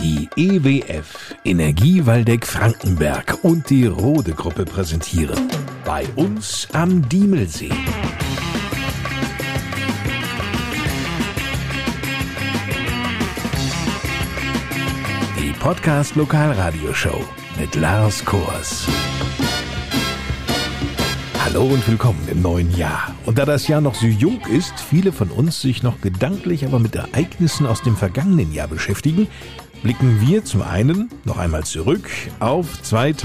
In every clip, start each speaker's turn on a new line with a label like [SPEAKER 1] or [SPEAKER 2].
[SPEAKER 1] Die EWF, Energie Waldeck Frankenberg und die Rode Gruppe präsentieren bei uns am Diemelsee. Die Podcast-Lokalradioshow mit Lars Kors. Hallo und willkommen im neuen Jahr. Und da das Jahr noch so jung ist, viele von uns sich noch gedanklich aber mit Ereignissen aus dem vergangenen Jahr beschäftigen, blicken wir zum einen noch einmal zurück auf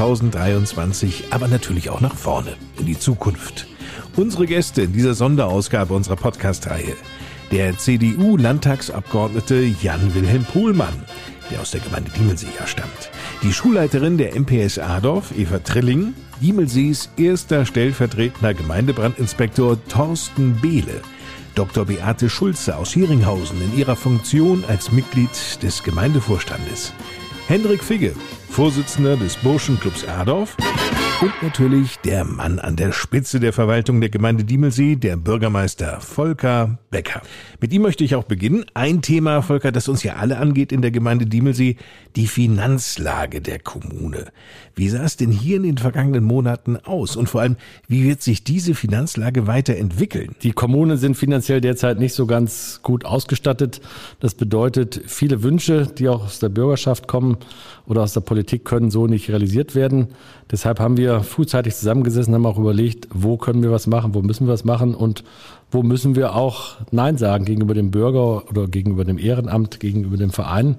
[SPEAKER 1] 2023, aber natürlich auch nach vorne, in die Zukunft. Unsere Gäste in dieser Sonderausgabe unserer Podcast-Reihe: der CDU-Landtagsabgeordnete Jan-Wilhelm Pohlmann, der aus der Gemeinde Diemelsee stammt. Die Schulleiterin der MPS Adorf, Eva Trilling, Diemelsees erster stellvertretender Gemeindebrandinspektor Thorsten Behle, Dr. Beate Schulze aus Heringhausen in ihrer Funktion als Mitglied des Gemeindevorstandes, Hendrik Figge, Vorsitzender des Burschenclubs Adorf und natürlich der Mann an der Spitze der Verwaltung der Gemeinde Diemelsee, der Bürgermeister Volker Becker. Mit ihm möchte ich auch beginnen. Ein Thema, Volker, das uns ja alle angeht in der Gemeinde Diemelsee, die Finanzlage der Kommune. Wie sah es denn hier in den vergangenen Monaten aus? Und vor allem, wie wird sich diese Finanzlage weiterentwickeln?
[SPEAKER 2] Die Kommunen sind finanziell derzeit nicht so ganz gut ausgestattet. Das bedeutet, viele Wünsche, die auch aus der Bürgerschaft kommen oder aus der Politik, können so nicht realisiert werden. Deshalb haben wir frühzeitig zusammengesessen, haben auch überlegt, wo können wir was machen, wo müssen wir was machen und wo müssen wir auch Nein sagen gegenüber dem Bürger oder gegenüber dem Ehrenamt, gegenüber dem Verein.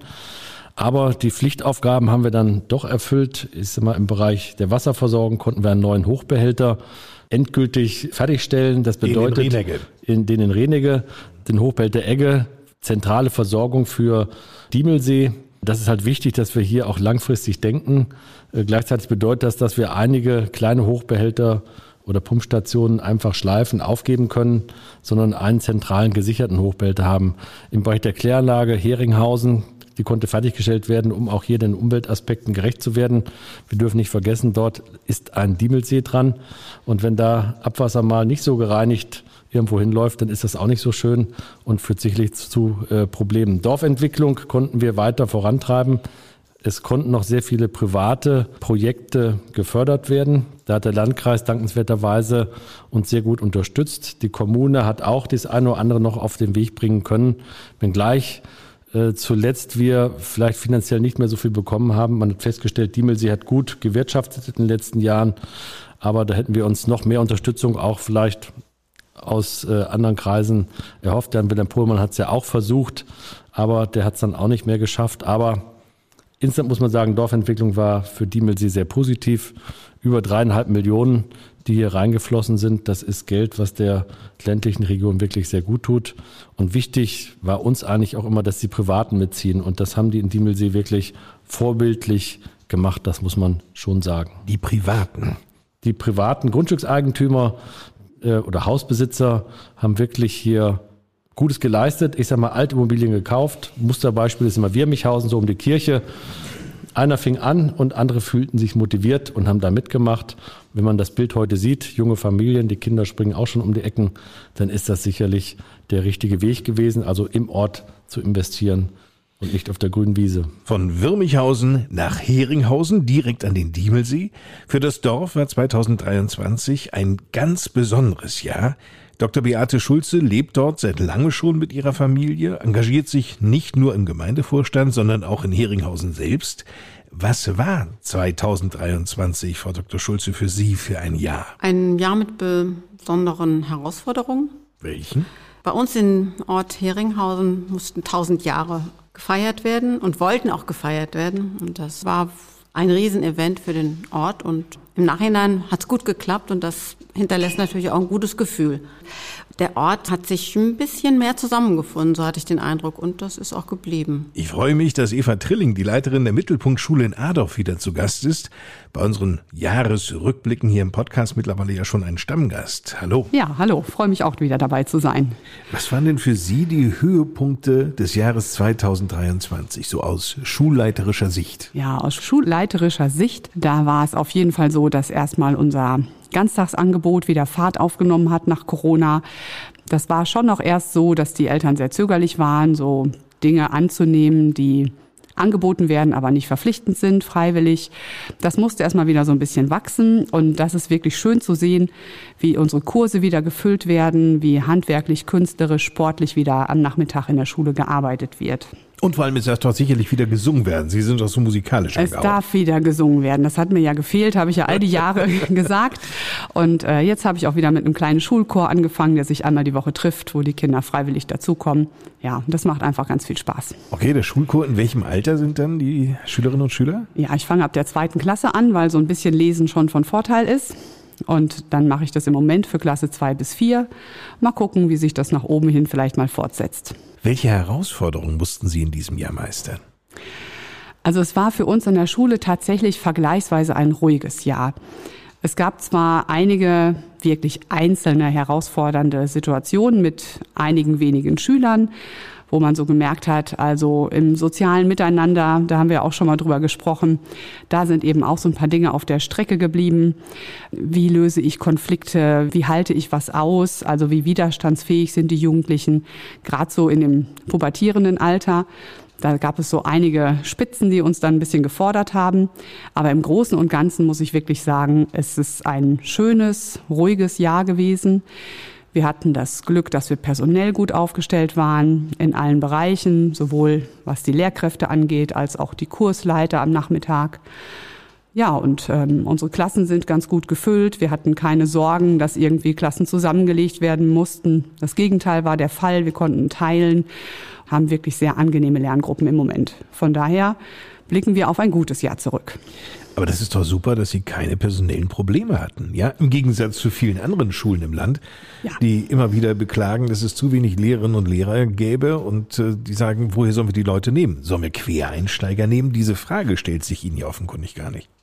[SPEAKER 2] Aber die Pflichtaufgaben haben wir dann doch erfüllt. Im Bereich der Wasserversorgung konnten wir einen neuen Hochbehälter endgültig fertigstellen. Das bedeutet in Renege, den Hochbehälter Egge, zentrale Versorgung für Diemelsee. Das ist halt wichtig, dass wir hier auch langfristig denken. Gleichzeitig bedeutet das, dass wir einige kleine Hochbehälter oder Pumpstationen einfach schleifen, aufgeben können, sondern einen zentralen gesicherten Hochbehälter haben. Im Bereich der Kläranlage Heringhausen, die konnte fertiggestellt werden, um auch hier den Umweltaspekten gerecht zu werden. Wir dürfen nicht vergessen, dort ist ein Diemelsee dran. Und wenn da Abwasser mal nicht so gereinigt irgendwo hinläuft, dann ist das auch nicht so schön und führt sicherlich zu Problemen. Dorfentwicklung konnten wir weiter vorantreiben. Es konnten noch sehr viele private Projekte gefördert werden. Da hat der Landkreis dankenswerterweise uns sehr gut unterstützt. Die Kommune hat auch das eine oder andere noch auf den Weg bringen können, wenngleich zuletzt wir vielleicht finanziell nicht mehr so viel bekommen haben. Man hat festgestellt, Diemelsee hat gut gewirtschaftet in den letzten Jahren, aber da hätten wir uns noch mehr Unterstützung auch vielleicht aus anderen Kreisen erhofft. Jan-Wilhelm Pohlmann hat es ja auch versucht, aber der hat es dann auch nicht mehr geschafft. Aber insgesamt muss man sagen, Dorfentwicklung war für Diemelsee sehr positiv. Über 3,5 Millionen, die hier reingeflossen sind. Das ist Geld, was der ländlichen Region wirklich sehr gut tut. Und wichtig war uns eigentlich auch immer, dass die Privaten mitziehen. Und das haben die in Diemelsee wirklich vorbildlich gemacht. Das muss man schon sagen.
[SPEAKER 1] Die Privaten
[SPEAKER 2] Grundstückseigentümer oder Hausbesitzer haben wirklich hier Gutes geleistet. Ich sage mal, Altimmobilien gekauft. Musterbeispiel ist immer Wirmichhausen, so um die Kirche. Einer fing an und andere fühlten sich motiviert und haben da mitgemacht. Wenn man das Bild heute sieht, junge Familien, die Kinder springen auch schon um die Ecken, dann ist das sicherlich der richtige Weg gewesen, also im Ort zu investieren und nicht auf der grünen Wiese.
[SPEAKER 1] Von Wirmichhausen nach Heringhausen, direkt an den Diemelsee. Für das Dorf war 2023 ein ganz besonderes Jahr. Dr. Beate Schulze lebt dort seit langem schon mit ihrer Familie, engagiert sich nicht nur im Gemeindevorstand, sondern auch in Heringhausen selbst. Was war 2023, Frau Dr. Schulze, für Sie für ein Jahr?
[SPEAKER 3] Ein Jahr mit besonderen Herausforderungen.
[SPEAKER 1] Welchen?
[SPEAKER 3] Bei uns im Ort Heringhausen mussten 1000 Jahre gefeiert werden und wollten auch gefeiert werden. Und das war ein Riesenevent für den Ort und im Nachhinein hat es gut geklappt und das hinterlässt natürlich auch ein gutes Gefühl. Der Ort hat sich ein bisschen mehr zusammengefunden, so hatte ich den Eindruck, und das ist auch geblieben.
[SPEAKER 1] Ich freue mich, dass Eva Trilling, die Leiterin der Mittelpunktschule in Adorf, wieder zu Gast ist. Bei unseren Jahresrückblicken hier im Podcast mittlerweile ja schon ein Stammgast. Hallo.
[SPEAKER 4] Ja, hallo, freue mich auch wieder dabei zu sein.
[SPEAKER 1] Was waren denn für Sie die Höhepunkte des Jahres 2023, so aus schulleiterischer Sicht?
[SPEAKER 4] Ja, aus schulleiterischer Sicht, da war es auf jeden Fall so, dass erstmal unser Ganztagsangebot wieder Fahrt aufgenommen hat nach Corona. Das war schon noch erst so, dass die Eltern sehr zögerlich waren, so Dinge anzunehmen, die angeboten werden, aber nicht verpflichtend sind, freiwillig. Das musste erstmal wieder so ein bisschen wachsen und das ist wirklich schön zu sehen, wie unsere Kurse wieder gefüllt werden, wie handwerklich, künstlerisch, sportlich wieder am Nachmittag in der Schule gearbeitet wird.
[SPEAKER 1] Und vor allem ist das doch sicherlich wieder gesungen werden. Sie sind doch so musikalisch.
[SPEAKER 4] Es darf wieder gesungen werden. Das hat mir ja gefehlt, habe ich ja all die Jahre gesagt. Und jetzt habe ich auch wieder mit einem kleinen Schulchor angefangen, der sich einmal die Woche trifft, wo die Kinder freiwillig dazukommen. Ja, das macht einfach ganz viel Spaß.
[SPEAKER 1] Okay, der Schulchor, in welchem Alter sind dann die Schülerinnen und Schüler?
[SPEAKER 4] Ja, ich fange ab der 2. Klasse an, weil so ein bisschen Lesen schon von Vorteil ist. Und dann mache ich das im Moment für Klasse 2 bis 4. Mal gucken, wie sich das nach oben hin vielleicht mal fortsetzt.
[SPEAKER 1] Welche Herausforderungen mussten Sie in diesem Jahr meistern?
[SPEAKER 4] Also es war für uns in der Schule tatsächlich vergleichsweise ein ruhiges Jahr. Es gab zwar einige wirklich einzelne herausfordernde Situationen mit einigen wenigen Schülern, wo man so gemerkt hat, also im sozialen Miteinander, da haben wir auch schon mal drüber gesprochen, da sind eben auch so ein paar Dinge auf der Strecke geblieben. Wie löse ich Konflikte? Wie halte ich was aus? Also wie widerstandsfähig sind die Jugendlichen, gerade so in dem pubertierenden Alter? Da gab es so einige Spitzen, die uns dann ein bisschen gefordert haben. Aber im Großen und Ganzen muss ich wirklich sagen, es ist ein schönes, ruhiges Jahr gewesen. Wir hatten das Glück, dass wir personell gut aufgestellt waren in allen Bereichen, sowohl was die Lehrkräfte angeht, als auch die Kursleiter am Nachmittag. Ja, und unsere Klassen sind ganz gut gefüllt. Wir hatten keine Sorgen, dass irgendwie Klassen zusammengelegt werden mussten. Das Gegenteil war der Fall. Wir konnten teilen, haben wirklich sehr angenehme Lerngruppen im Moment. Von daher blicken wir auf ein gutes Jahr zurück.
[SPEAKER 1] Aber das ist doch super, dass Sie keine personellen Probleme hatten. Ja, im Gegensatz zu vielen anderen Schulen im Land, ja, die immer wieder beklagen, dass es zu wenig Lehrerinnen und Lehrer gäbe und die sagen, woher sollen wir die Leute nehmen? Sollen wir Quereinsteiger nehmen? Diese Frage stellt sich Ihnen ja offenkundig gar nicht.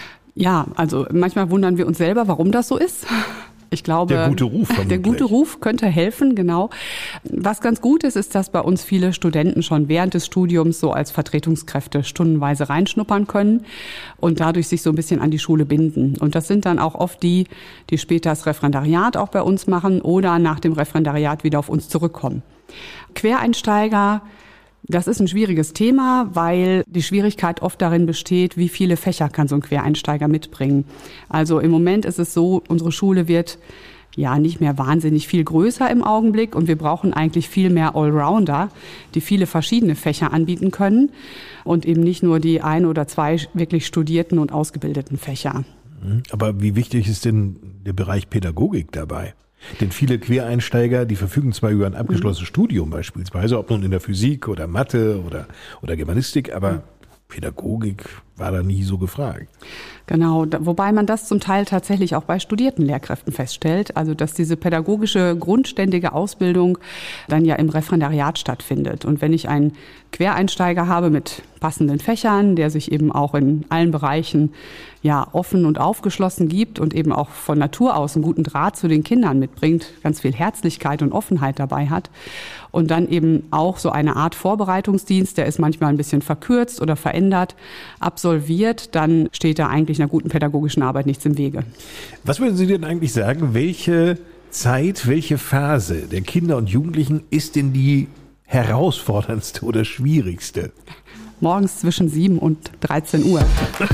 [SPEAKER 4] Ja, also manchmal wundern wir uns selber, warum das so ist. Ich glaube,
[SPEAKER 1] der gute Ruf
[SPEAKER 4] könnte helfen, genau. Was ganz gut ist, ist, dass bei uns viele Studenten schon während des Studiums so als Vertretungskräfte stundenweise reinschnuppern können und dadurch sich so ein bisschen an die Schule binden. Und das sind dann auch oft die später das Referendariat auch bei uns machen oder nach dem Referendariat wieder auf uns zurückkommen. Quereinsteiger, das ist ein schwieriges Thema, weil die Schwierigkeit oft darin besteht, wie viele Fächer kann so ein Quereinsteiger mitbringen. Also im Moment ist es so, unsere Schule wird ja nicht mehr wahnsinnig viel größer im Augenblick und wir brauchen eigentlich viel mehr Allrounder, die viele verschiedene Fächer anbieten können und eben nicht nur die 1 oder 2 wirklich studierten und ausgebildeten Fächer.
[SPEAKER 1] Aber wie wichtig ist denn der Bereich Pädagogik dabei? Denn viele Quereinsteiger, die verfügen zwar über ein abgeschlossenes Studium beispielsweise, ob nun in der Physik oder Mathe oder Germanistik, aber Pädagogik war da nie so gefragt.
[SPEAKER 4] Genau, wobei man das zum Teil tatsächlich auch bei studierten Lehrkräften feststellt, also dass diese pädagogische grundständige Ausbildung dann ja im Referendariat stattfindet. Und wenn ich einen Quereinsteiger habe mit passenden Fächern, der sich eben auch in allen Bereichen ja offen und aufgeschlossen gibt und eben auch von Natur aus einen guten Draht zu den Kindern mitbringt, ganz viel Herzlichkeit und Offenheit dabei hat und dann eben auch so eine Art Vorbereitungsdienst, der ist manchmal ein bisschen verkürzt oder verändert, absolviert, dann steht da eigentlich einer guten pädagogischen Arbeit nichts im Wege.
[SPEAKER 1] Was würden Sie denn eigentlich sagen, welche Zeit, welche Phase der Kinder und Jugendlichen ist denn die herausforderndste oder schwierigste?
[SPEAKER 4] Morgens zwischen 7 und 13 Uhr.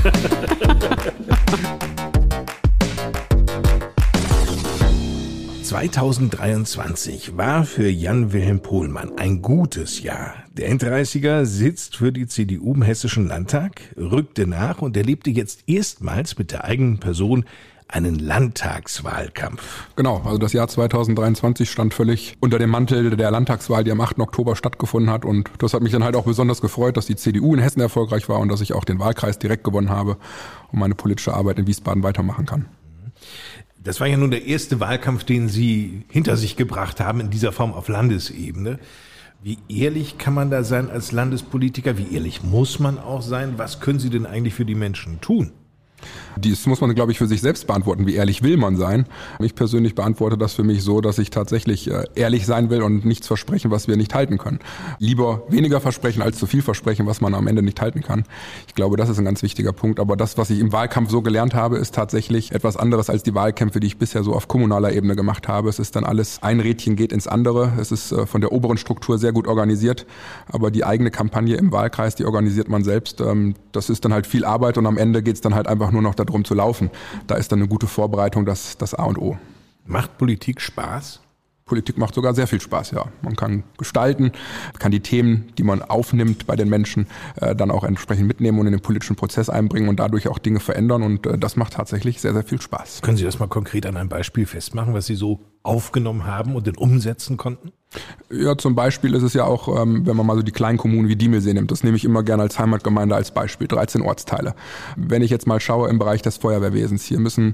[SPEAKER 1] (2023) war für Jan-Wilhelm Pohlmann ein gutes Jahr. Der End-30er sitzt für die CDU im Hessischen Landtag, rückte nach und erlebte jetzt erstmals mit der eigenen Person einen Landtagswahlkampf.
[SPEAKER 5] Genau, also das Jahr 2023 stand völlig unter dem Mantel der Landtagswahl, die am 8. Oktober stattgefunden hat. Und das hat mich dann halt auch besonders gefreut, dass die CDU in Hessen erfolgreich war und dass ich auch den Wahlkreis direkt gewonnen habe und meine politische Arbeit in Wiesbaden weitermachen kann.
[SPEAKER 1] Das war ja nun der erste Wahlkampf, den Sie hinter sich gebracht haben, in dieser Form auf Landesebene. Wie ehrlich kann man da sein als Landespolitiker? Wie ehrlich muss man auch sein? Was können Sie denn eigentlich für die Menschen tun?
[SPEAKER 5] Dies muss man, glaube ich, für sich selbst beantworten. Wie ehrlich will man sein? Ich persönlich beantworte das für mich so, dass ich tatsächlich ehrlich sein will und nichts versprechen, was wir nicht halten können. Lieber weniger versprechen als zu viel versprechen, was man am Ende nicht halten kann. Ich glaube, das ist ein ganz wichtiger Punkt. Aber das, was ich im Wahlkampf so gelernt habe, ist tatsächlich etwas anderes als die Wahlkämpfe, die ich bisher so auf kommunaler Ebene gemacht habe. Es ist dann alles, ein Rädchen geht ins andere. Es ist von der oberen Struktur sehr gut organisiert. Aber die eigene Kampagne im Wahlkreis, die organisiert man selbst. Das ist dann halt viel Arbeit und am Ende geht es dann halt einfach nur noch darum zu laufen. Da ist dann eine gute Vorbereitung das A und O.
[SPEAKER 1] Macht Politik Spaß?
[SPEAKER 5] Politik macht sogar sehr viel Spaß, ja. Man kann gestalten, kann die Themen, die man aufnimmt bei den Menschen, dann auch entsprechend mitnehmen und in den politischen Prozess einbringen und dadurch auch Dinge verändern. Und das macht tatsächlich sehr, sehr viel Spaß.
[SPEAKER 1] Können Sie das mal konkret an einem Beispiel festmachen, was Sie so aufgenommen haben und dann umsetzen konnten?
[SPEAKER 5] Ja, zum Beispiel ist es ja auch, wenn man mal so die kleinen Kommunen wie Diemelsee nimmt, das nehme ich immer gerne als Heimatgemeinde als Beispiel, 13 Ortsteile. Wenn ich jetzt mal schaue im Bereich des Feuerwehrwesens, hier müssen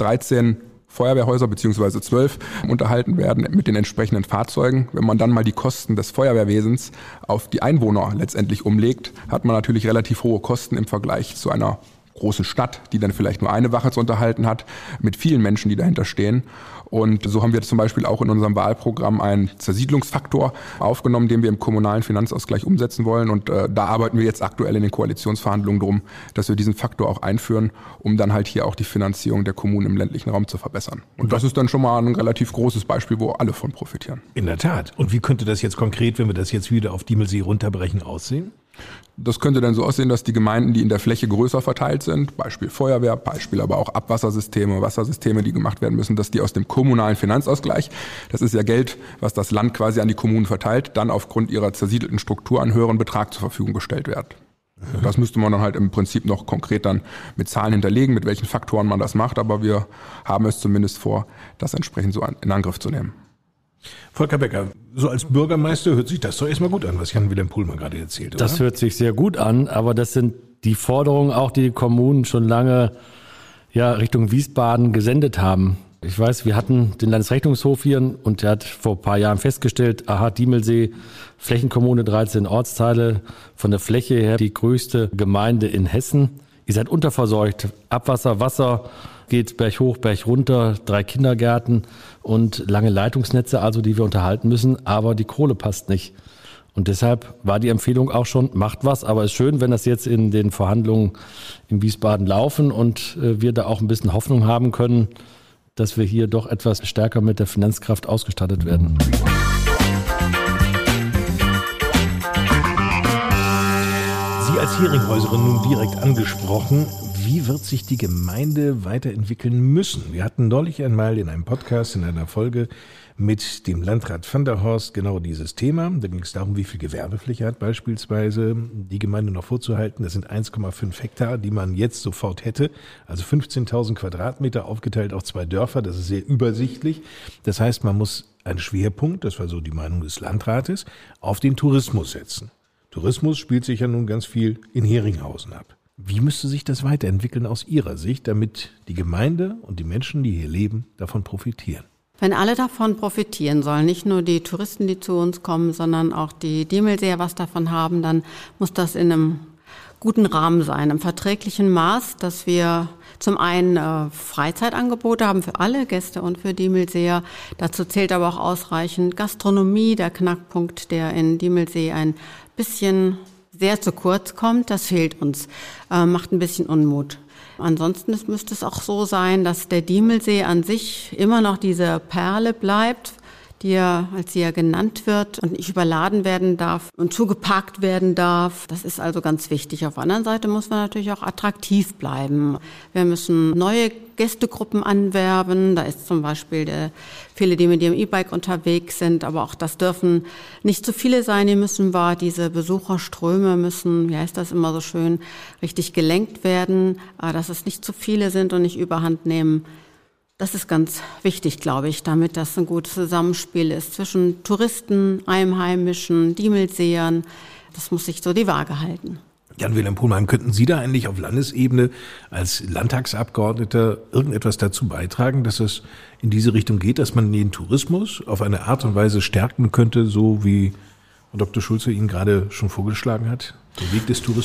[SPEAKER 5] 13 Feuerwehrhäuser bzw. 12 unterhalten werden mit den entsprechenden Fahrzeugen. Wenn man dann mal die Kosten des Feuerwehrwesens auf die Einwohner letztendlich umlegt, hat man natürlich relativ hohe Kosten im Vergleich zu einer großen Stadt, die dann vielleicht nur eine Wache zu unterhalten hat, mit vielen Menschen, die dahinter stehen. Und so haben wir zum Beispiel auch in unserem Wahlprogramm einen Zersiedlungsfaktor aufgenommen, den wir im kommunalen Finanzausgleich umsetzen wollen. Und da arbeiten wir jetzt aktuell in den Koalitionsverhandlungen drum, dass wir diesen Faktor auch einführen, um dann halt hier auch die Finanzierung der Kommunen im ländlichen Raum zu verbessern. Und das ist dann schon mal ein relativ großes Beispiel, wo alle von profitieren.
[SPEAKER 1] In der Tat. Und wie könnte das jetzt konkret, wenn wir das jetzt wieder auf Diemelsee runterbrechen, aussehen?
[SPEAKER 5] Das könnte dann so aussehen, dass die Gemeinden, die in der Fläche größer verteilt sind, Beispiel Feuerwehr, Beispiel aber auch Abwassersysteme, Wassersysteme, die gemacht werden müssen, dass die aus dem kommunalen Finanzausgleich, das ist ja Geld, was das Land quasi an die Kommunen verteilt, dann aufgrund ihrer zersiedelten Struktur einen höheren Betrag zur Verfügung gestellt werden. Das müsste man dann halt im Prinzip noch konkret dann mit Zahlen hinterlegen, mit welchen Faktoren man das macht, aber wir haben es zumindest vor, das entsprechend so in Angriff zu nehmen.
[SPEAKER 1] Volker Becker, so als Bürgermeister hört sich das doch erstmal gut an, was Jan-Wilhelm Pohlmann gerade erzählt, oder?
[SPEAKER 2] Das hört sich sehr gut an, aber das sind die Forderungen auch, die Kommunen schon lange Richtung Wiesbaden gesendet haben. Ich weiß, wir hatten den Landesrechnungshof hier und der hat vor ein paar Jahren festgestellt, Diemelsee, Flächenkommune, 13 Ortsteile, von der Fläche her die größte Gemeinde in Hessen. Ihr seid unterversorgt, Abwasser, Wasser geht Berg hoch, Berg runter, 3 Kindergärten und lange Leitungsnetze, also die wir unterhalten müssen, aber die Kohle passt nicht. Und deshalb war die Empfehlung auch schon, macht was, aber es ist schön, wenn das jetzt in den Verhandlungen in Wiesbaden laufen und wir da auch ein bisschen Hoffnung haben können, dass wir hier doch etwas stärker mit der Finanzkraft ausgestattet werden.
[SPEAKER 1] Sie als Heringhäuserin nun direkt angesprochen. Wie wird sich die Gemeinde weiterentwickeln müssen? Wir hatten neulich einmal in einem Podcast, in einer Folge mit dem Landrat van der Horst genau dieses Thema. Da ging es darum, wie viel Gewerbefläche hat beispielsweise die Gemeinde noch vorzuhalten. Das sind 1,5 Hektar, die man jetzt sofort hätte. Also 15.000 Quadratmeter aufgeteilt auf 2 Dörfer. Das ist sehr übersichtlich. Das heißt, man muss einen Schwerpunkt, das war so die Meinung des Landrates, auf den Tourismus setzen. Tourismus spielt sich ja nun ganz viel in Heringhausen ab. Wie müsste sich das weiterentwickeln aus Ihrer Sicht, damit die Gemeinde und die Menschen, die hier leben, davon profitieren?
[SPEAKER 3] Wenn alle davon profitieren sollen, nicht nur die Touristen, die zu uns kommen, sondern auch die Diemelseer was davon haben, dann muss das in einem guten Rahmen sein, im verträglichen Maß, dass wir zum einen Freizeitangebote haben für alle Gäste und für Diemelseer. Dazu zählt aber auch ausreichend Gastronomie, der Knackpunkt, der in Diemelsee ein bisschen sehr zu kurz kommt, das fehlt uns, macht ein bisschen Unmut. Ansonsten müsste es auch so sein, dass der Diemelsee an sich immer noch diese Perle bleibt, die ja, als sie ja genannt wird und nicht überladen werden darf und zugeparkt werden darf. Das ist also ganz wichtig. Auf der anderen Seite muss man natürlich auch attraktiv bleiben. Wir müssen neue Gästegruppen anwerben. Da ist zum Beispiel viele, die mit ihrem E-Bike unterwegs sind, aber auch das dürfen nicht zu viele sein. Diese Besucherströme müssen, wie heißt das immer so schön, richtig gelenkt werden, dass es nicht zu viele sind und nicht überhand nehmen. Das ist ganz wichtig, glaube ich, damit das ein gutes Zusammenspiel ist zwischen Touristen, Einheimischen, Diemelseern. Das muss sich so die Waage halten.
[SPEAKER 1] Jan-Wilhelm Pohlmann, könnten Sie da eigentlich auf Landesebene als Landtagsabgeordneter irgendetwas dazu beitragen, dass es in diese Richtung geht, dass man den Tourismus auf eine Art und Weise stärken könnte, so wie Dr. Schulze Ihnen gerade schon vorgeschlagen hat, der Weg des Tourismus?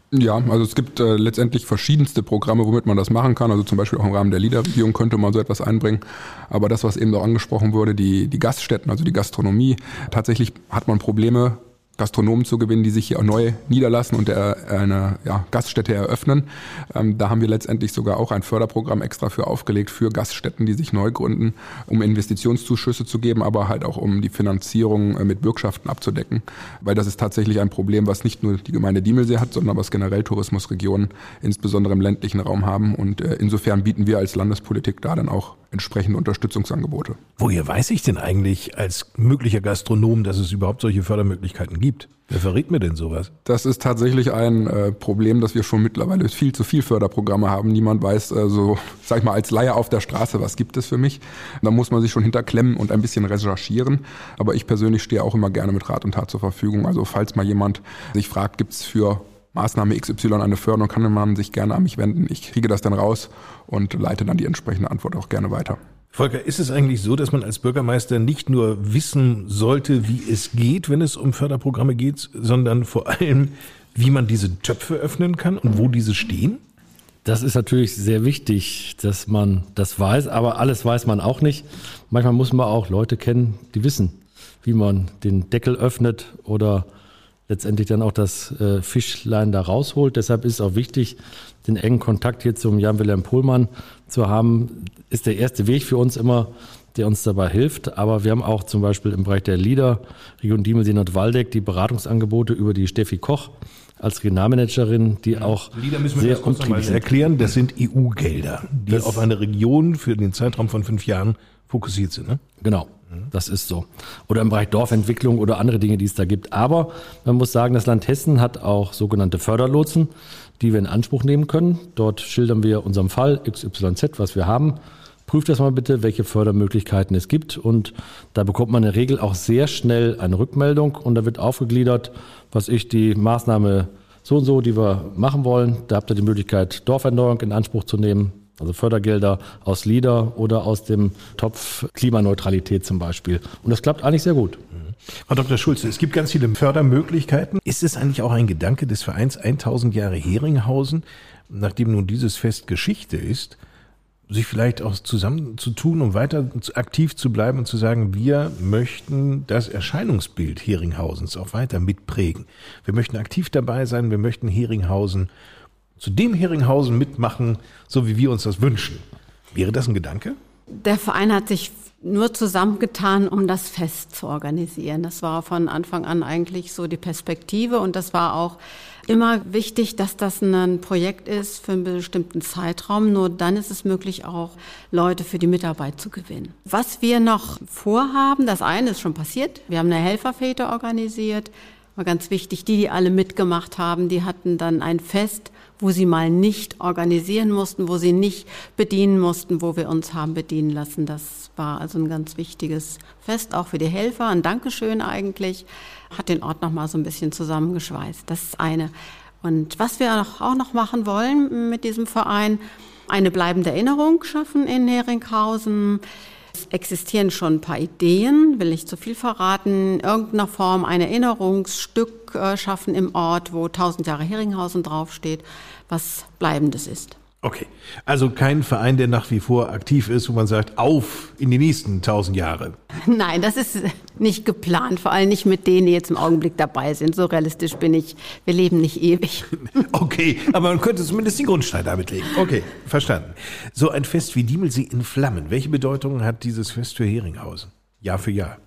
[SPEAKER 5] Ja, also es gibt letztendlich verschiedenste Programme, womit man das machen kann. Also zum Beispiel auch im Rahmen der LEADER-Regierung könnte man so etwas einbringen. Aber das, was eben auch angesprochen wurde, die Gaststätten, also die Gastronomie, tatsächlich hat man Probleme, Gastronomen zu gewinnen, die sich hier auch neu niederlassen und eine Gaststätte eröffnen. Da haben wir letztendlich sogar auch ein Förderprogramm extra für aufgelegt für Gaststätten, die sich neu gründen, um Investitionszuschüsse zu geben, aber halt auch um die Finanzierung mit Bürgschaften abzudecken. Weil das ist tatsächlich ein Problem, was nicht nur die Gemeinde Diemelsee hat, sondern was generell Tourismusregionen, insbesondere im ländlichen Raum, haben. Und insofern bieten wir als Landespolitik da dann auch entsprechende Unterstützungsangebote.
[SPEAKER 1] Woher weiß ich denn eigentlich als möglicher Gastronom, dass es überhaupt solche Fördermöglichkeiten gibt? Wer verrät mir denn sowas?
[SPEAKER 5] Das ist tatsächlich ein Problem, dass wir schon mittlerweile viel zu viel Förderprogramme haben. Niemand weiß, sag ich mal, als Laie auf der Straße, was gibt es für mich? Da muss man sich schon hinterklemmen und ein bisschen recherchieren. Aber ich persönlich stehe auch immer gerne mit Rat und Tat zur Verfügung. Also falls mal jemand sich fragt, gibt es für Maßnahme XY eine Förderung, kann man sich gerne an mich wenden. Ich kriege das dann raus und leite dann die entsprechende Antwort auch gerne weiter.
[SPEAKER 1] Volker, ist es eigentlich so, dass man als Bürgermeister nicht nur wissen sollte, wie es geht, wenn es um Förderprogramme geht, sondern vor allem, wie man diese Töpfe öffnen kann und wo diese stehen?
[SPEAKER 2] Das ist natürlich sehr wichtig, dass man das weiß, aber alles weiß man auch nicht. Manchmal muss man auch Leute kennen, die wissen, wie man den Deckel öffnet oder letztendlich dann auch das Fischlein da rausholt. Deshalb ist es auch wichtig, den engen Kontakt hier zum Jan-Wilhelm Pohlmann zu haben. Ist der erste Weg für uns immer, der uns dabei hilft. Aber wir haben auch zum Beispiel im Bereich der LEADER, Region Diemelsee Nordwaldeck, die Beratungsangebote über die Steffi Koch als Regionalmanagerin, die auch
[SPEAKER 1] LEADER müssen wir
[SPEAKER 2] sehr
[SPEAKER 1] das kurz nochmal erklären. Das sind EU-Gelder, die auf eine Region für den Zeitraum von 5 Jahren fokussiert sind, ne?
[SPEAKER 2] Genau. Das ist so. Oder im Bereich Dorfentwicklung oder andere Dinge, die es da gibt. Aber man muss sagen, das Land Hessen hat auch sogenannte Förderlotsen, die wir in Anspruch nehmen können. Dort schildern wir unserem Fall XYZ, was wir haben. Prüft das mal bitte, welche Fördermöglichkeiten es gibt. Und da bekommt man in der Regel auch sehr schnell eine Rückmeldung. Und da wird aufgegliedert, die Maßnahme so und so, die wir machen wollen. Da habt ihr die Möglichkeit, Dorferneuerung in Anspruch zu nehmen. Also Fördergelder aus LEADER oder aus dem Topf Klimaneutralität zum Beispiel. Und das klappt eigentlich sehr gut.
[SPEAKER 1] Frau Dr. Schulze, es gibt ganz viele Fördermöglichkeiten. Ist es eigentlich auch ein Gedanke des Vereins 1000 Jahre Heringhausen, nachdem nun dieses Fest Geschichte ist, sich vielleicht auch zusammenzutun, um weiter aktiv zu bleiben und zu sagen, wir möchten das Erscheinungsbild Heringhausens auch weiter mitprägen. Wir möchten aktiv dabei sein, wir möchten Heringhausen zu dem Heringhausen mitmachen, so wie wir uns das wünschen. Wäre das ein Gedanke?
[SPEAKER 3] Der Verein hat sich nur zusammengetan, um das Fest zu organisieren. Das war von Anfang an eigentlich so die Perspektive und das war auch immer wichtig, dass das ein Projekt ist für einen bestimmten Zeitraum. Nur dann ist es möglich, auch Leute für die Mitarbeit zu gewinnen. Was wir noch vorhaben, das eine ist schon passiert. Wir haben eine Helferfete organisiert. War ganz wichtig, die alle mitgemacht haben, die hatten dann ein Fest, wo sie mal nicht organisieren mussten, wo sie nicht bedienen mussten, wo wir uns haben bedienen lassen. Das war also ein ganz wichtiges Fest, auch für die Helfer. Ein Dankeschön eigentlich, hat den Ort noch mal so ein bisschen zusammengeschweißt. Das ist eine. Und was wir auch noch machen wollen mit diesem Verein, eine bleibende Erinnerung schaffen in Heringhausen. Es existieren schon ein paar Ideen, will nicht zu viel verraten, in irgendeiner Form ein Erinnerungsstück schaffen im Ort, wo 1000 Jahre Heringhausen draufsteht, was Bleibendes ist.
[SPEAKER 1] Okay, also kein Verein, der nach wie vor aktiv ist, wo man sagt, auf in die nächsten 1000 Jahre.
[SPEAKER 3] Nein, das ist nicht geplant, vor allem nicht mit denen, die jetzt im Augenblick dabei sind. So realistisch bin ich, wir leben nicht ewig.
[SPEAKER 1] Okay, aber man könnte zumindest die Grundsteine damit legen. Okay, verstanden. So ein Fest wie Diemelsee in Flammen, welche Bedeutung hat dieses Fest für Heringhausen? Jahr für Jahr.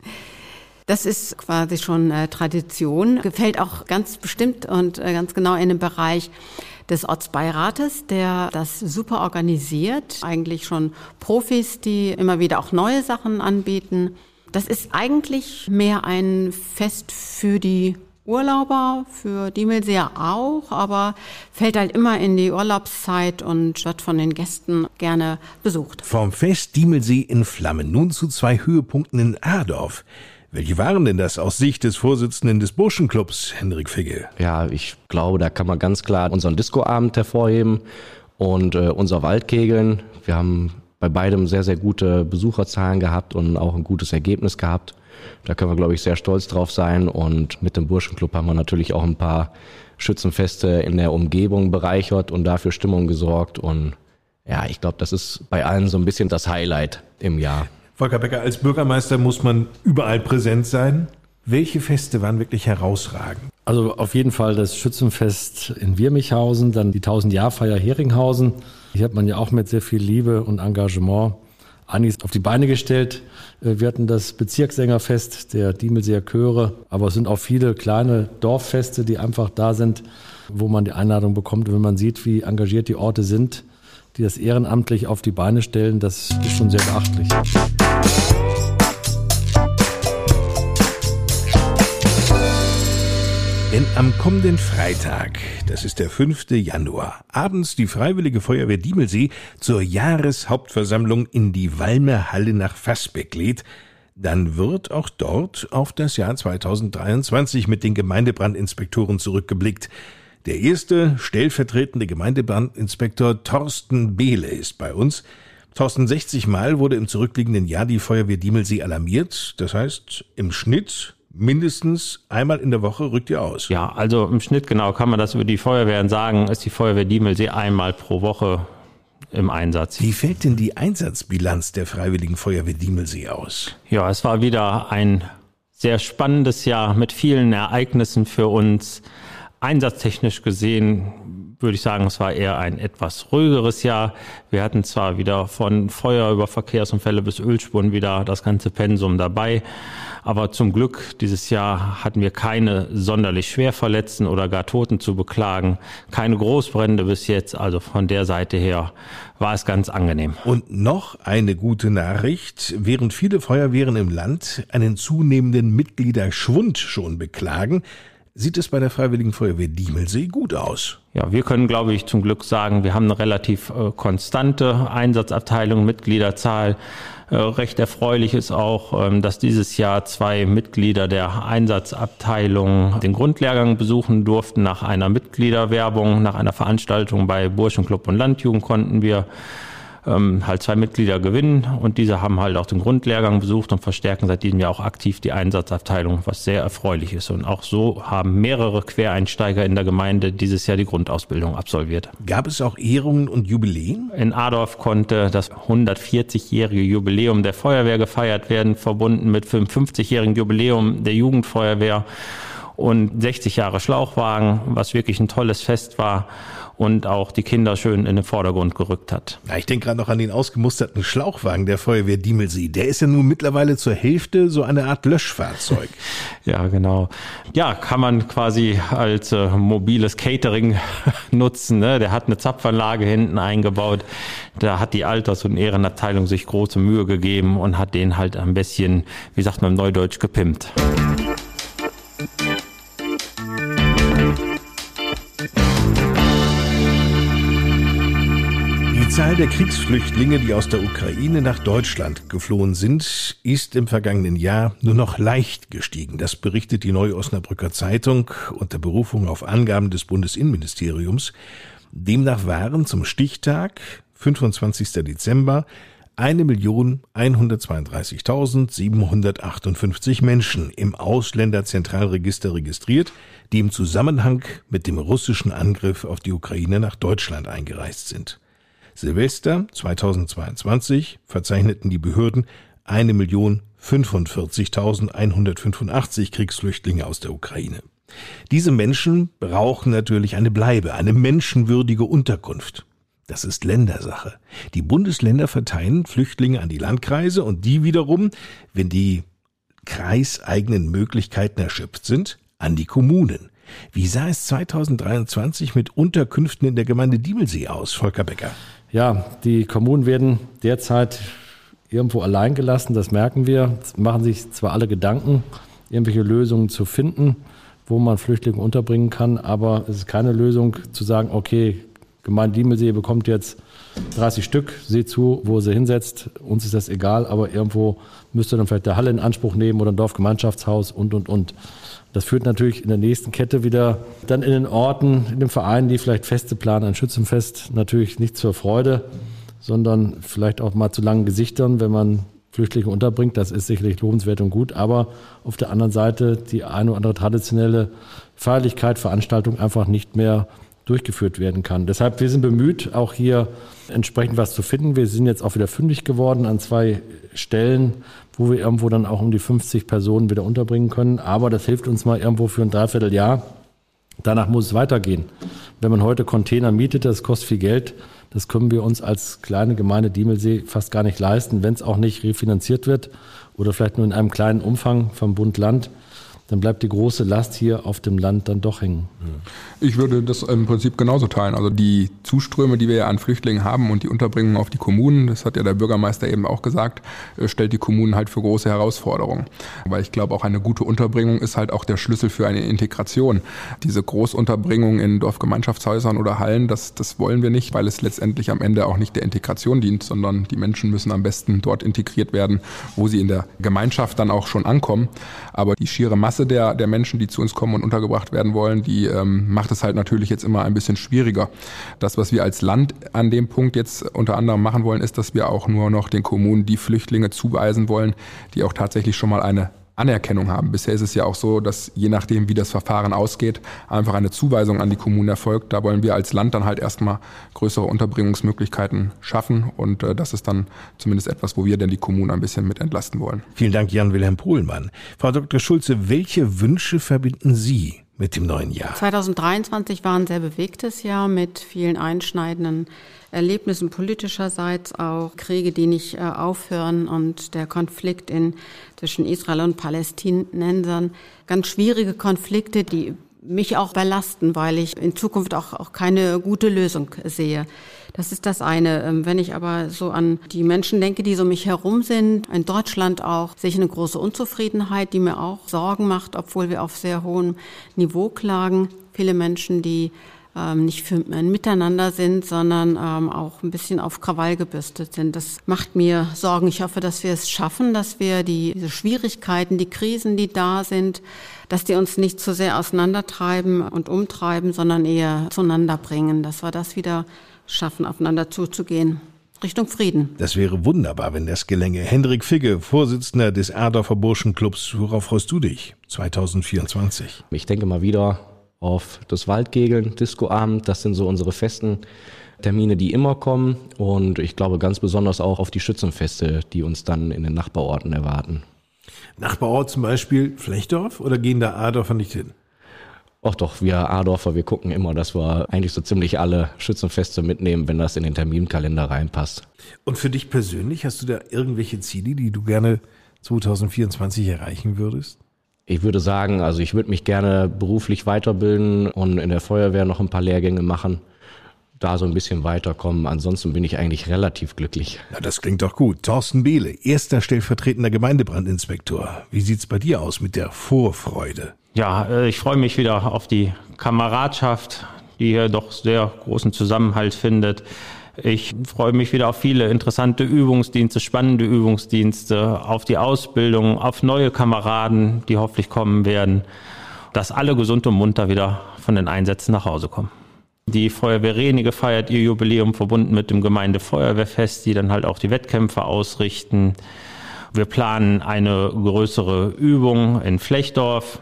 [SPEAKER 3] Das ist quasi schon Tradition, gefällt auch ganz bestimmt und ganz genau in dem Bereich des Ortsbeirates, der das super organisiert. Eigentlich schon Profis, die immer wieder auch neue Sachen anbieten. Das ist eigentlich mehr ein Fest für die Urlauber, für Diemelseer auch, aber fällt halt immer in die Urlaubszeit und wird von den Gästen gerne besucht.
[SPEAKER 1] Vom Fest Diemelsee in Flammen nun zu 2 Höhepunkten in Adorf. Welche waren denn das aus Sicht des Vorsitzenden des Burschenclubs, Henrik Figge?
[SPEAKER 6] Ja, ich glaube, da kann man ganz klar unseren Discoabend hervorheben und unser Waldkegeln. Wir haben bei beidem sehr, sehr gute Besucherzahlen gehabt und auch ein gutes Ergebnis gehabt. Da können wir, glaube ich, sehr stolz drauf sein. Und mit dem Burschenclub haben wir natürlich auch ein paar Schützenfeste in der Umgebung bereichert und dafür Stimmung gesorgt. Und ja, ich glaube, das ist bei allen so ein bisschen das Highlight im Jahr.
[SPEAKER 1] Volker Becker, als Bürgermeister muss man überall präsent sein. Welche Feste waren wirklich herausragend?
[SPEAKER 2] Also auf jeden Fall das Schützenfest in Wirmichhausen, dann die 1000-Jahr-Feier Heringhausen. Hier hat man ja auch mit sehr viel Liebe und Engagement einiges auf die Beine gestellt. Wir hatten das Bezirkssängerfest der Diemelseer Chöre, aber es sind auch viele kleine Dorffeste, die einfach da sind, wo man die Einladung bekommt. Und wenn man sieht, wie engagiert die Orte sind, die das ehrenamtlich auf die Beine stellen, das ist schon sehr beachtlich.
[SPEAKER 1] Denn am kommenden Freitag, das ist der 5. Januar, abends die Freiwillige Feuerwehr Diemelsee zur Jahreshauptversammlung in die Valmer Halle nach Fasbeck lädt, dann wird auch dort auf das Jahr 2023 mit den Gemeindebrandinspektoren zurückgeblickt. Der erste stellvertretende Gemeindebrandinspektor Thorsten Behle ist bei uns. Thorsten, 60 Mal wurde im zurückliegenden Jahr die Feuerwehr Diemelsee alarmiert. Das heißt, im Schnitt mindestens einmal in der Woche rückt ihr aus.
[SPEAKER 7] Ja, also im Schnitt genau kann man das über die Feuerwehren sagen, ist die Feuerwehr Diemelsee einmal pro Woche im Einsatz.
[SPEAKER 1] Wie fällt denn die Einsatzbilanz der Freiwilligen Feuerwehr Diemelsee aus?
[SPEAKER 7] Ja, es war wieder ein sehr spannendes Jahr mit vielen Ereignissen für uns. Einsatztechnisch gesehen würde ich sagen, es war eher ein etwas ruhigeres Jahr. Wir hatten zwar wieder von Feuer über Verkehrsunfälle bis Ölspuren wieder das ganze Pensum dabei, aber zum Glück dieses Jahr hatten wir keine sonderlich Schwerverletzten oder gar Toten zu beklagen, keine Großbrände bis jetzt, also von der Seite her war es ganz angenehm.
[SPEAKER 1] Und noch eine gute Nachricht, während viele Feuerwehren im Land einen zunehmenden Mitgliederschwund schon beklagen, sieht es bei der Freiwilligen Feuerwehr Diemelsee gut aus.
[SPEAKER 7] Ja, wir können, glaube ich, zum Glück sagen, wir haben eine relativ konstante Einsatzabteilung, Mitgliederzahl. Recht erfreulich ist auch, dass dieses Jahr 2 Mitglieder der Einsatzabteilung den Grundlehrgang besuchen durften. Nach einer Mitgliederwerbung, nach einer Veranstaltung bei Burschenclub und Landjugend konnten wir halt 2 Mitglieder gewinnen und diese haben halt auch den Grundlehrgang besucht und verstärken seit diesem Jahr auch aktiv die Einsatzabteilung, was sehr erfreulich ist. Und auch so haben mehrere Quereinsteiger in der Gemeinde dieses Jahr die Grundausbildung absolviert.
[SPEAKER 1] Gab es auch Ehrungen und Jubiläen?
[SPEAKER 7] In Adorf konnte das 140-jährige Jubiläum der Feuerwehr gefeiert werden, verbunden mit 55-jährigen Jubiläum der Jugendfeuerwehr und 60 Jahre Schlauchwagen, was wirklich ein tolles Fest war und auch die Kinder schön in den Vordergrund gerückt hat.
[SPEAKER 1] Ja, ich denke gerade noch an den ausgemusterten Schlauchwagen der Feuerwehr Diemelsee. Der ist ja nun mittlerweile zur Hälfte so eine Art Löschfahrzeug.
[SPEAKER 7] Ja, genau. Ja, kann man quasi als mobiles Catering nutzen. Ne? Der hat eine Zapfanlage hinten eingebaut. Da hat die Alters- und Ehrenabteilung sich große Mühe gegeben und hat den halt ein bisschen, wie sagt man im Neudeutsch, gepimpt.
[SPEAKER 1] Die Zahl der Kriegsflüchtlinge, die aus der Ukraine nach Deutschland geflohen sind, ist im vergangenen Jahr nur noch leicht gestiegen. Das berichtet die Neue Osnabrücker Zeitung unter Berufung auf Angaben des Bundesinnenministeriums. Demnach waren zum Stichtag, 25. Dezember, 1.132.758 Menschen im Ausländerzentralregister registriert, die im Zusammenhang mit dem russischen Angriff auf die Ukraine nach Deutschland eingereist sind. Silvester 2022 verzeichneten die Behörden 1.045.185 Kriegsflüchtlinge aus der Ukraine. Diese Menschen brauchen natürlich eine Bleibe, eine menschenwürdige Unterkunft. Das ist Ländersache. Die Bundesländer verteilen Flüchtlinge an die Landkreise und die wiederum, wenn die kreiseigenen Möglichkeiten erschöpft sind, an die Kommunen. Wie sah es 2023 mit Unterkünften in der Gemeinde Diemelsee aus, Volker Becker?
[SPEAKER 2] Ja, die Kommunen werden derzeit irgendwo allein gelassen, das merken wir. Es machen sich zwar alle Gedanken, irgendwelche Lösungen zu finden, wo man Flüchtlinge unterbringen kann, aber es ist keine Lösung zu sagen, okay, Gemeinde Diemelsee bekommt jetzt 30 Stück, seht zu, wo sie hinsetzt, uns ist das egal, aber irgendwo müsst ihr dann vielleicht der Halle in Anspruch nehmen oder ein Dorfgemeinschaftshaus und. Das führt natürlich in der nächsten Kette wieder dann in den Orten, in den Vereinen, die vielleicht Feste planen, ein Schützenfest, natürlich nicht zur Freude, sondern vielleicht auch mal zu langen Gesichtern, wenn man Flüchtlinge unterbringt. Das ist sicherlich lobenswert und gut, aber auf der anderen Seite die eine oder andere traditionelle Feierlichkeit, Veranstaltung einfach nicht mehr durchgeführt werden kann. Deshalb, wir sind bemüht, auch hier entsprechend was zu finden. Wir sind jetzt auch wieder fündig geworden an 2 Stellen, wo wir irgendwo dann auch um die 50 Personen wieder unterbringen können. Aber das hilft uns mal irgendwo für ein Dreivierteljahr. Danach muss es weitergehen. Wenn man heute Container mietet, das kostet viel Geld. Das können wir uns als kleine Gemeinde Diemelsee fast gar nicht leisten, wenn es auch nicht refinanziert wird oder vielleicht nur in einem kleinen Umfang vom Bund Land. Dann bleibt die große Last hier auf dem Land dann doch hängen.
[SPEAKER 5] Ich würde das im Prinzip genauso teilen. Also die Zuströme, die wir ja an Flüchtlingen haben und die Unterbringung auf die Kommunen, das hat ja der Bürgermeister eben auch gesagt, stellt die Kommunen halt für große Herausforderungen. Weil ich glaube, auch eine gute Unterbringung ist halt auch der Schlüssel für eine Integration. Diese Großunterbringung in Dorfgemeinschaftshäusern oder Hallen, das wollen wir nicht, weil es letztendlich am Ende auch nicht der Integration dient, sondern die Menschen müssen am besten dort integriert werden, wo sie in der Gemeinschaft dann auch schon ankommen. Aber die schiere Masse der Menschen, die zu uns kommen und untergebracht werden wollen, die macht es halt natürlich jetzt immer ein bisschen schwieriger. Das, was wir als Land an dem Punkt jetzt unter anderem machen wollen, ist, dass wir auch nur noch den Kommunen die Flüchtlinge zuweisen wollen, die auch tatsächlich schon mal eine Anerkennung haben. Bisher ist es ja auch so, dass je nachdem, wie das Verfahren ausgeht, einfach eine Zuweisung an die Kommunen erfolgt. Da wollen wir als Land dann halt erstmal größere Unterbringungsmöglichkeiten schaffen und das ist dann zumindest etwas, wo wir dann die Kommunen ein bisschen mit entlasten wollen.
[SPEAKER 1] Vielen Dank, Jan-Wilhelm Pohlmann. Frau Dr. Schulze, welche Wünsche verbinden Sie mit dem neuen Jahr?
[SPEAKER 3] 2023 war ein sehr bewegtes Jahr mit vielen einschneidenden Erlebnissen politischerseits auch, Kriege, die nicht aufhören und der Konflikt zwischen Israel und Palästinensern. Ganz schwierige Konflikte, die mich auch belasten, weil ich in Zukunft auch keine gute Lösung sehe. Das ist das eine. Wenn ich aber so an die Menschen denke, die so um mich herum sind, in Deutschland auch, sehe ich eine große Unzufriedenheit, die mir auch Sorgen macht, obwohl wir auf sehr hohem Niveau klagen. Viele Menschen, die nicht für ein Miteinander sind, sondern auch ein bisschen auf Krawall gebürstet sind. Das macht mir Sorgen. Ich hoffe, dass wir es schaffen, dass wir diese Schwierigkeiten, die Krisen, die da sind, dass die uns nicht zu sehr auseinandertreiben und umtreiben, sondern eher zueinander bringen, dass wir das wieder schaffen, aufeinander zuzugehen. Richtung Frieden.
[SPEAKER 1] Das wäre wunderbar, wenn das gelänge. Hendrik Figge, Vorsitzender des Adorfer Burschenclubs. Worauf freust du dich 2024?
[SPEAKER 6] Ich denke mal wieder auf das Waldkegeln, Discoabend. Das sind so unsere festen Termine, die immer kommen. Und ich glaube ganz besonders auch auf die Schützenfeste, die uns dann in den Nachbarorten erwarten.
[SPEAKER 1] Nachbarort zum Beispiel Flechdorf oder gehen da Adorfer nicht hin?
[SPEAKER 6] Ach doch, wir Adorfer, wir gucken immer, dass wir eigentlich so ziemlich alle Schützenfeste mitnehmen, wenn das in den Terminkalender reinpasst.
[SPEAKER 1] Und für dich persönlich, hast du da irgendwelche Ziele, die du gerne 2024 erreichen würdest?
[SPEAKER 6] Ich würde sagen, also ich würde mich gerne beruflich weiterbilden und in der Feuerwehr noch ein paar Lehrgänge machen, da so ein bisschen weiterkommen. Ansonsten bin ich eigentlich relativ glücklich.
[SPEAKER 1] Na, das klingt doch gut. Thorsten Behle, erster stellvertretender Gemeindebrandinspektor. Wie sieht's bei dir aus mit der Vorfreude?
[SPEAKER 7] Ja, ich freue mich wieder auf die Kameradschaft, die hier doch sehr großen Zusammenhalt findet. Ich freue mich wieder auf viele interessante Übungsdienste, spannende Übungsdienste, auf die Ausbildung, auf neue Kameraden, die hoffentlich kommen werden, dass alle gesund und munter wieder von den Einsätzen nach Hause kommen. Die Feuerwehr Renige feiert ihr Jubiläum verbunden mit dem Gemeindefeuerwehrfest, die dann halt auch die Wettkämpfe ausrichten. Wir planen eine größere Übung in Flechdorf.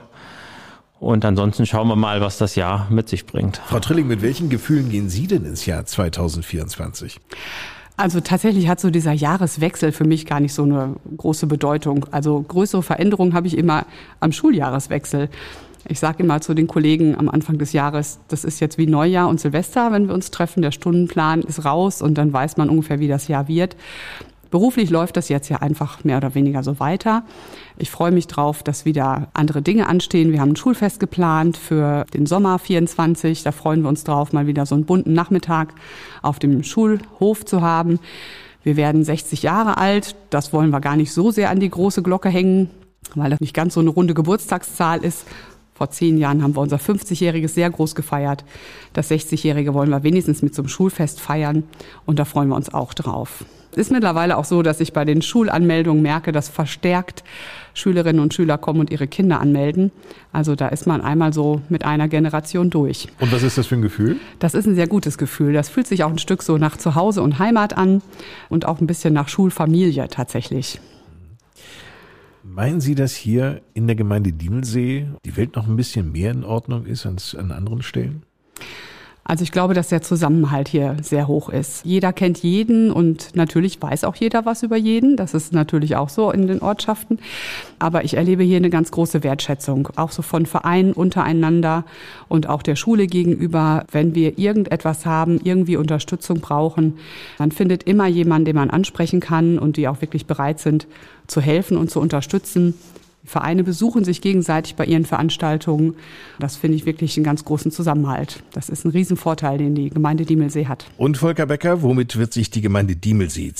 [SPEAKER 7] Und ansonsten schauen wir mal, was das Jahr mit sich bringt.
[SPEAKER 1] Frau Trilling, mit welchen Gefühlen gehen Sie denn ins Jahr 2024?
[SPEAKER 4] Also tatsächlich hat so dieser Jahreswechsel für mich gar nicht so eine große Bedeutung. Also größere Veränderungen habe ich immer am Schuljahreswechsel. Ich sage immer zu den Kollegen am Anfang des Jahres, das ist jetzt wie Neujahr und Silvester, wenn wir uns treffen. Der Stundenplan ist raus und dann weiß man ungefähr, wie das Jahr wird. Beruflich läuft das jetzt ja einfach mehr oder weniger so weiter. Ich freue mich drauf, dass wieder andere Dinge anstehen. Wir haben ein Schulfest geplant für den Sommer 24. Da freuen wir uns drauf, mal wieder so einen bunten Nachmittag auf dem Schulhof zu haben. Wir werden 60 Jahre alt. Das wollen wir gar nicht so sehr an die große Glocke hängen, weil das nicht ganz so eine runde Geburtstagszahl ist. Vor 10 Jahren haben wir unser 50-Jähriges sehr groß gefeiert. Das 60-Jährige wollen wir wenigstens mit so einem Schulfest feiern und da freuen wir uns auch drauf. Es ist mittlerweile auch so, dass ich bei den Schulanmeldungen merke, dass verstärkt Schülerinnen und Schüler kommen und ihre Kinder anmelden. Also da ist man einmal so mit einer Generation durch.
[SPEAKER 1] Und was ist das für ein Gefühl?
[SPEAKER 4] Das ist ein sehr gutes Gefühl. Das fühlt sich auch ein Stück so nach Zuhause und Heimat an und auch ein bisschen nach Schulfamilie tatsächlich.
[SPEAKER 1] Meinen Sie, dass hier in der Gemeinde Diemelsee die Welt noch ein bisschen mehr in Ordnung ist als an anderen Stellen?
[SPEAKER 4] Also ich glaube, dass der Zusammenhalt hier sehr hoch ist. Jeder kennt jeden und natürlich weiß auch jeder was über jeden. Das ist natürlich auch so in den Ortschaften. Aber ich erlebe hier eine ganz große Wertschätzung, auch so von Vereinen untereinander und auch der Schule gegenüber. Wenn wir irgendetwas haben, irgendwie Unterstützung brauchen, dann findet immer jemand, den man ansprechen kann und die auch wirklich bereit sind zu helfen und zu unterstützen. Die Vereine besuchen sich gegenseitig bei ihren Veranstaltungen. Das finde ich wirklich einen ganz großen Zusammenhalt. Das ist ein Riesenvorteil, den die Gemeinde Diemelsee hat.
[SPEAKER 1] Und Volker Becker, womit wird sich die Gemeinde Diemelsee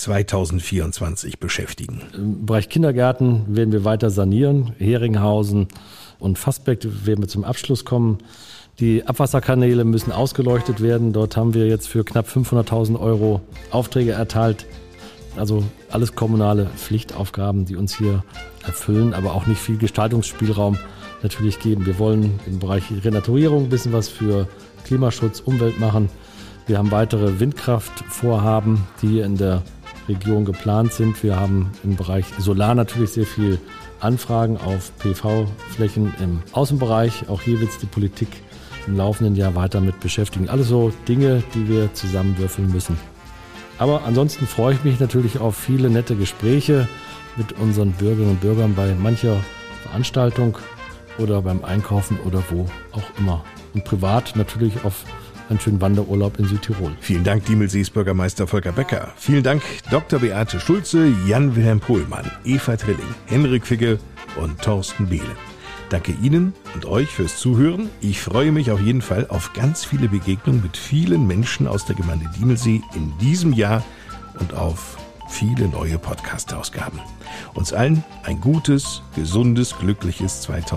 [SPEAKER 1] 2024 beschäftigen?
[SPEAKER 2] Im Bereich Kindergärten werden wir weiter sanieren. Heringhausen und Fassbeck werden wir zum Abschluss kommen. Die Abwasserkanäle müssen ausgeleuchtet werden. Dort haben wir jetzt für knapp 500.000 € Aufträge erteilt. Also alles kommunale Pflichtaufgaben, die uns hier erfüllen, aber auch nicht viel Gestaltungsspielraum natürlich geben. Wir wollen im Bereich Renaturierung ein bisschen was für Klimaschutz, Umwelt machen. Wir haben weitere Windkraftvorhaben, die hier in der Region geplant sind. Wir haben im Bereich Solar natürlich sehr viel Anfragen auf PV-Flächen im Außenbereich. Auch hier wird es die Politik im laufenden Jahr weiter mit beschäftigen. Alles so Dinge, die wir zusammenwürfeln müssen. Aber ansonsten freue ich mich natürlich auf viele nette Gespräche mit unseren Bürgerinnen und Bürgern bei mancher Veranstaltung oder beim Einkaufen oder wo auch immer. Und privat natürlich auf einen schönen Wanderurlaub in Südtirol.
[SPEAKER 1] Vielen Dank, Diemelsees Bürgermeister Volker Becker. Vielen Dank, Dr. Beate Schulze, Jan-Wilhelm Pohlmann, Eva Trilling, Henrik Figge und Thorsten Behle. Danke Ihnen und euch fürs Zuhören. Ich freue mich auf jeden Fall auf ganz viele Begegnungen mit vielen Menschen aus der Gemeinde Diemelsee in diesem Jahr und auf viele neue Podcast-Ausgaben. Uns allen ein gutes, gesundes, glückliches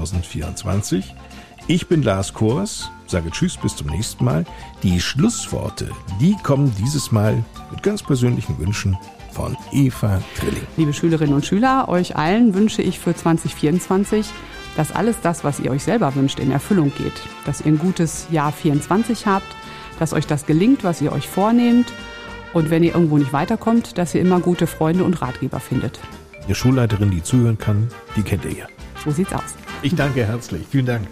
[SPEAKER 1] 2024. Ich bin Lars Kors, sage Tschüss, bis zum nächsten Mal. Die Schlussworte, die kommen dieses Mal mit ganz persönlichen Wünschen von Eva Trilling.
[SPEAKER 4] Liebe Schülerinnen und Schüler, euch allen wünsche ich für 2024, dass alles das, was ihr euch selber wünscht, in Erfüllung geht. Dass ihr ein gutes Jahr 24 habt, dass euch das gelingt, was ihr euch vornehmt. Und wenn ihr irgendwo nicht weiterkommt, dass ihr immer gute Freunde und Ratgeber findet.
[SPEAKER 1] Eine Schulleiterin, die zuhören kann, die kennt ihr ja.
[SPEAKER 4] So sieht's aus.
[SPEAKER 1] Ich danke herzlich. Vielen Dank.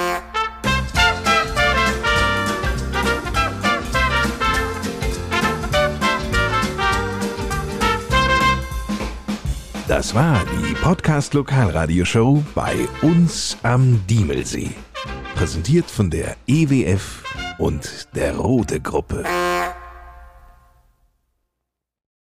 [SPEAKER 1] Das war die Podcast-Lokalradioshow bei uns am Diemelsee. Präsentiert von der EWF und der Rode Gruppe.